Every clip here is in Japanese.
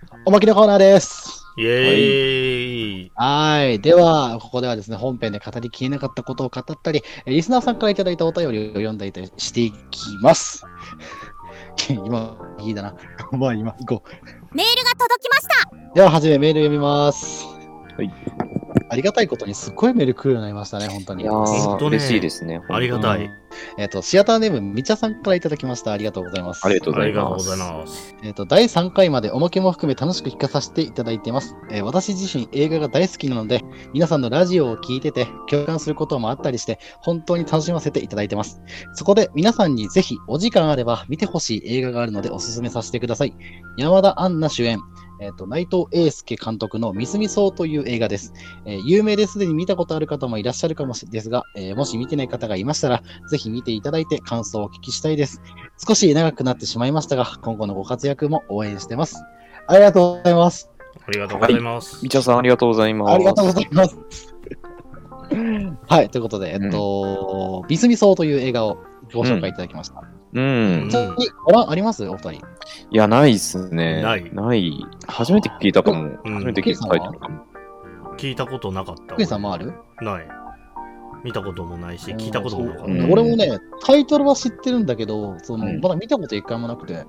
おまけのコーナーです。 イエーイ。 はい。では、ここではですね、本編で語りきれなかったことを語ったり、リスナーさんからいただいたお便りを読んだりしていきます。今、いいだな。まあ、今、行こう。 メールが届きました。 では、はじめメール読みます。 はい。 ありがたいことにすっごいメール来るようになりましたね、本当に。 いやー、嬉しいですね。 ありがたい。 シアターネーム、みちゃさんからいただきました。ありがとうございます。 ありがとうございます。 第3回までおまけも含め楽しく聞かさせていただいています。私自身映画が大好きなので、皆さんのラジオを聞いてて共感することもあったりして、本当に楽しませていただいてます。そこで皆さんにぜひお時間あれば見てほしい映画があるのでおすすめさせてください。山田杏奈主演、内藤英介監督のミスミソウという映画です。有名ですでに見たことある方もいらっしゃるかもですが、もし見てない方がいましたら、ぜひ見ていただいて感想をお聞きしたいです。少し長くなってしまいましたが、今後のご活躍も応援してます。ありがとうございます。 ありがとうございます。 みちゃさん、ありがとうございます。 ありがとうございます。はい、ということで、ミスミソウという映画をご紹介いただきました。ありますお二人。 いや、ないっすね。 ない。 初めて聞いたかも。初めて聞いたタイトルかも。 聞いたことなかった。 クイさんもある？ ない。見たこともないし、聞いたこともなかった。 俺もね、タイトルは知ってるんだけど、まだ見たこと一回もなくて。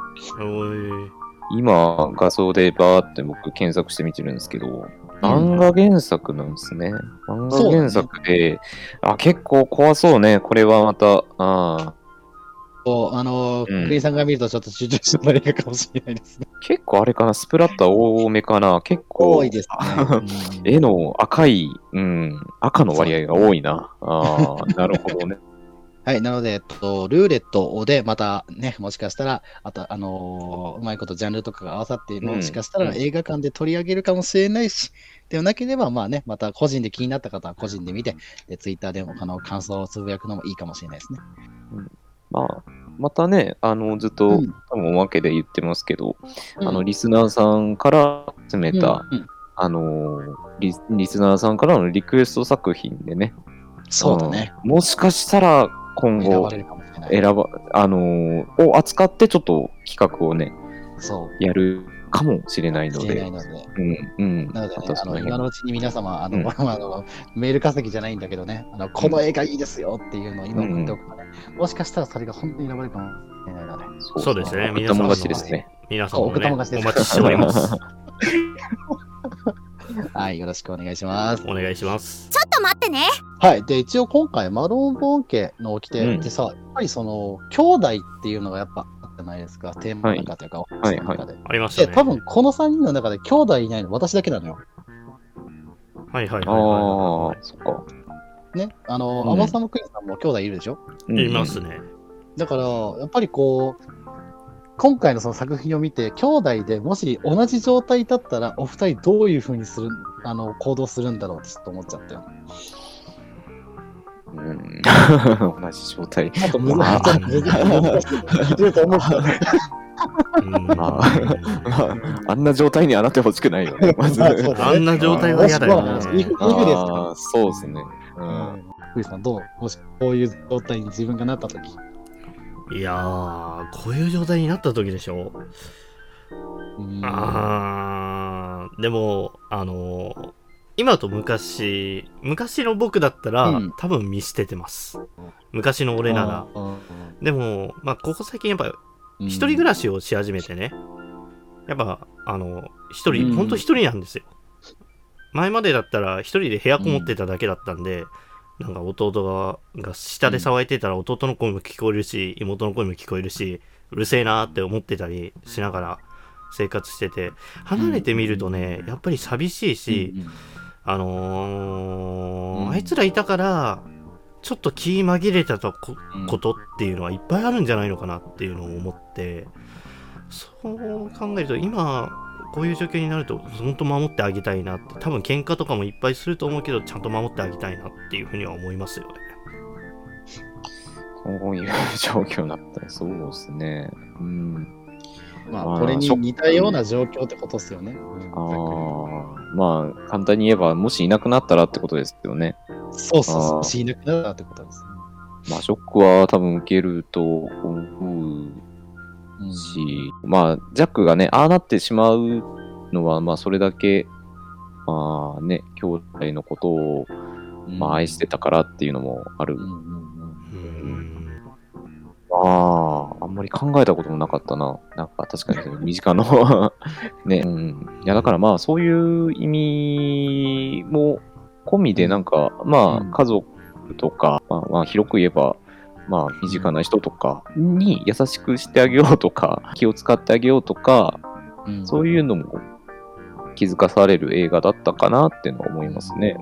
今、画像でバーって僕検索してみてるんですけど、漫画原作なんですね。漫画原作で、結構怖そうね。これはまた、 クイさんが見るとちょっと集中してもらえるかもしれないですね。 結構あれかな、スプラッター多めかな。結構。 多いですね。 絵の赤い、赤の割合が多いな。なるほどね。 はい。なので、ルーレットでまたね、もしかしたら、うまいことジャンルとかが合わさって、もしかしたら映画館で取り上げるかもしれないし、でもなければ、まあね、また個人で気になった方は個人で見て、ツイッターでも感想をつぶやくのもいいかもしれないですね。 またね、ずっと、多分おまけで言ってますけど、リスナーさんから集めた、リスナーさんからのリクエスト作品でね、 そうだね。 もしかしたら今後を扱ってちょっと企画をね、やるかもしれないので。なのでね、今のうちに皆様、メール稼ぎじゃないんだけどね、この映画いいですよっていうのを今送っておくとね、もしかしたらそれが本当に選ばれるかもしれないので。 そうですね。 皆さんもですね。 皆さんもね、お待ちしております。 はい、よろしくお願いします。 お願いします。 ちょっと待ってね。 はい。で、一応今回、マロンボーン家の掟ってさ、やっぱり兄弟っていうのがやっぱあったじゃないですか。テーマの中というか、 ありましたね。 で、多分この3人の中で兄弟いないの私だけなのよ。 はいはいはい。 そっか。 ね。アマサムクイズさんも兄弟いるでしょ？ いますね。 だから、やっぱり今回のその作品を見て、兄弟でもし同じ状態だったら、お二人どういうふうに行動するんだろうってちょっと思っちゃったよ。 同じ状態。あんな状態にはなってほしくないよね。まず。 あんな状態は嫌だよね。 そうですね。 クイさん、どう？もしこういう状態に自分がなったとき。 いやー、こういう状態になった時でしょ。でも、今と昔の僕だったら、多分見捨ててます。昔の俺なら。でも、ここ最近やっぱ、一人暮らしをし始めてね。やっぱ、一人、ほんと一人なんですよ。前までだったら一人で部屋こもってただけだったんで、なんか弟が下で騒いでたら弟の声も聞こえるし、妹の声も聞こえるし、うるせえなーって思ってたりしながら生活してて、離れてみるとね、やっぱり寂しいし、あいつらいたから、ちょっと気紛れたことっていうのはいっぱいあるんじゃないのかなっていうのを思って、そう考えると今、こういう状況になると本当守ってあげたいなって、多分喧嘩とかもいっぱいすると思うけどちゃんと守ってあげたいなっていうふうには思いますよね。 こういう状況になったらそうですね。 これに似たような状況ってことですよね。 簡単に言えばもしいなくなったらってことですよね。 そう、もしいなくなったらってことですね。ショックは多分受けると思うし、ジャックがね、ああなってしまうのは、まあ、それだけ、まあね、兄弟のことを、まあ、愛してたからっていうのもある。あんまり考えたこともなかったな。なんか確かに身近のね、いやだからまあそういう意味も込みでなんか、まあ家族とか、まあ広く言えば、まあ身近な人とかに優しくしてあげようとか、気を使ってあげようとか、そういうのも気づかされる映画だったかなっていうのは思いますね。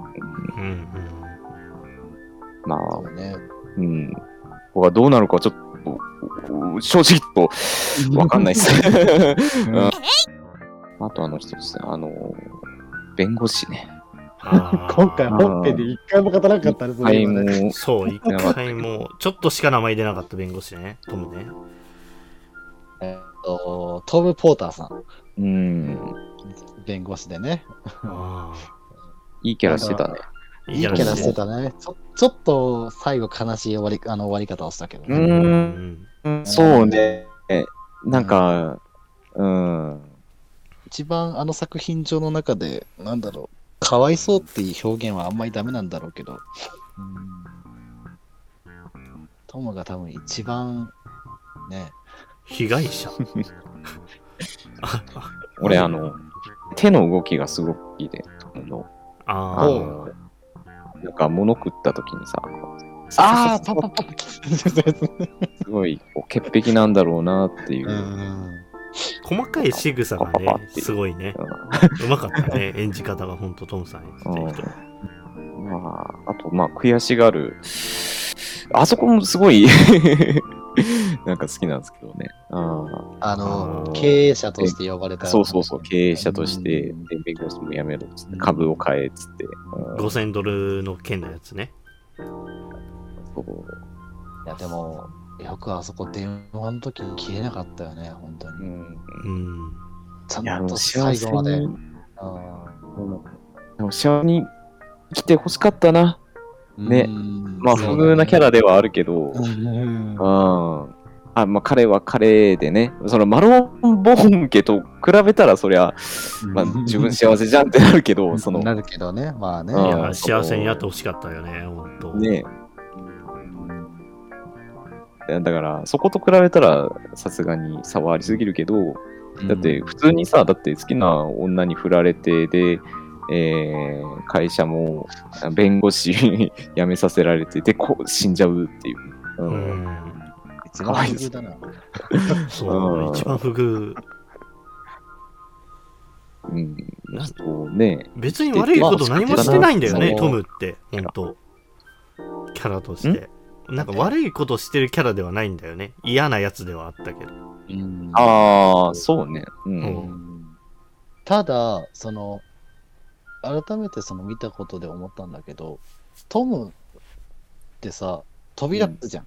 まあ、ここがどうなるかちょっと正直とわかんないです。あと一つですね、弁護士ね。 今回本編で一回も語らなかったね。そう、一回も、ちょっとしか名前出なかった弁護士ね、トムね。 トム・ポーターさん。弁護士でね。 いいキャラしてたね。 いいキャラしてたね。ちょっと最後悲しい終わり方をしたけどね。そうね。なんか、 一番作品上の中で、なんだろう、かわいそうっていう表現はあんまりダメなんだろうけど、トムが多分一番、ね。 被害者俺、手の動きがすごくいいで、トムの。なんか物食った時にさ、 パパパパすごい潔癖なんだろうなっていう。 細かい仕草がね、すごいね。うまかったね、演じ方が本当トムさん演じてる人。 あと、まあ、悔しがる。あそこもすごいなんか好きなんですけどね。 経営者として呼ばれた。 そう、経営者として、弁護士もやめろっつって、株を買えっつって。 $5000の件のやつね。 いや、でも、よくあそこ電話の時に切れなかったよね、本当に。ちゃんと最後まで。 でも幸せに来てほしかったな。ね。まあ、不遇なキャラではあるけど、まあ、彼は彼でね、そのマロン・ボーン家と比べたら、そりゃ、まあ、自分幸せじゃんってなるけど、 なるけどね、まあね。 いや、幸せになってほしかったよね、本当。 ね。だから、そこと比べたら、さすがに差はありすぎるけど、だって、普通にさ、だって好きな女に振られて、で、会社も弁護士辞めさせられて、で、死んじゃうっていう。 一番不遇だな。 そう、一番不遇。 そうね。 別に悪いこと何もしてないんだよね、トムって、本当キャラとして。なんか悪いことしてるキャラではないんだよね。嫌なやつではあったけど。 そうね。 ただ、改めて見たことで思ったんだけど、トムってさ、扉ってじゃん。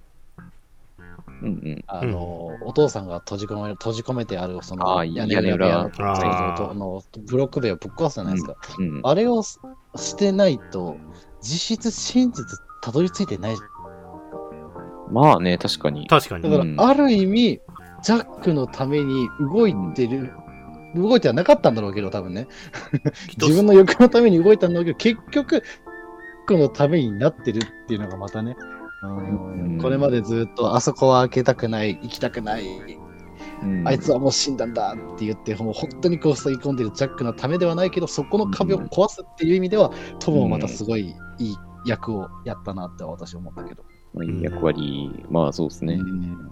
お父さんが閉じ込めてある屋根裏のブロック塀をぶっ壊すじゃないですか。あれをしてないと実質真実たどり着いてない。 まあね、確かに。 だからある意味ジャックのために動いてはなかったんだろうけど、多分ね。自分の欲のために動いたんだろうけど、結局、ジャックのためになってるっていうのがまたね。これまでずっとあそこは開けたくない、行きたくない、あいつはもう死んだんだって言って、もう本当に塞ぎ込んでるジャックのためではないけど、そこの壁を壊すっていう意味では、トムもまたすごいいい役をやったなって私は思ったけど。 いい役割、まあそうですね。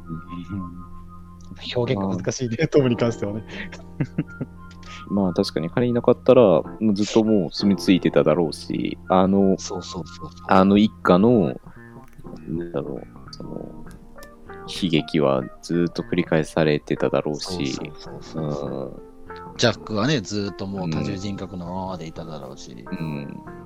表現が難しいね、トムに関してはね。 まあ確かに彼いなかったら、ずっともう住み着いてただろうし、一家の、なんだろう、悲劇はずっと繰り返されてただろうし、ジャックはね、ずっともう多重人格のままでいただろうし。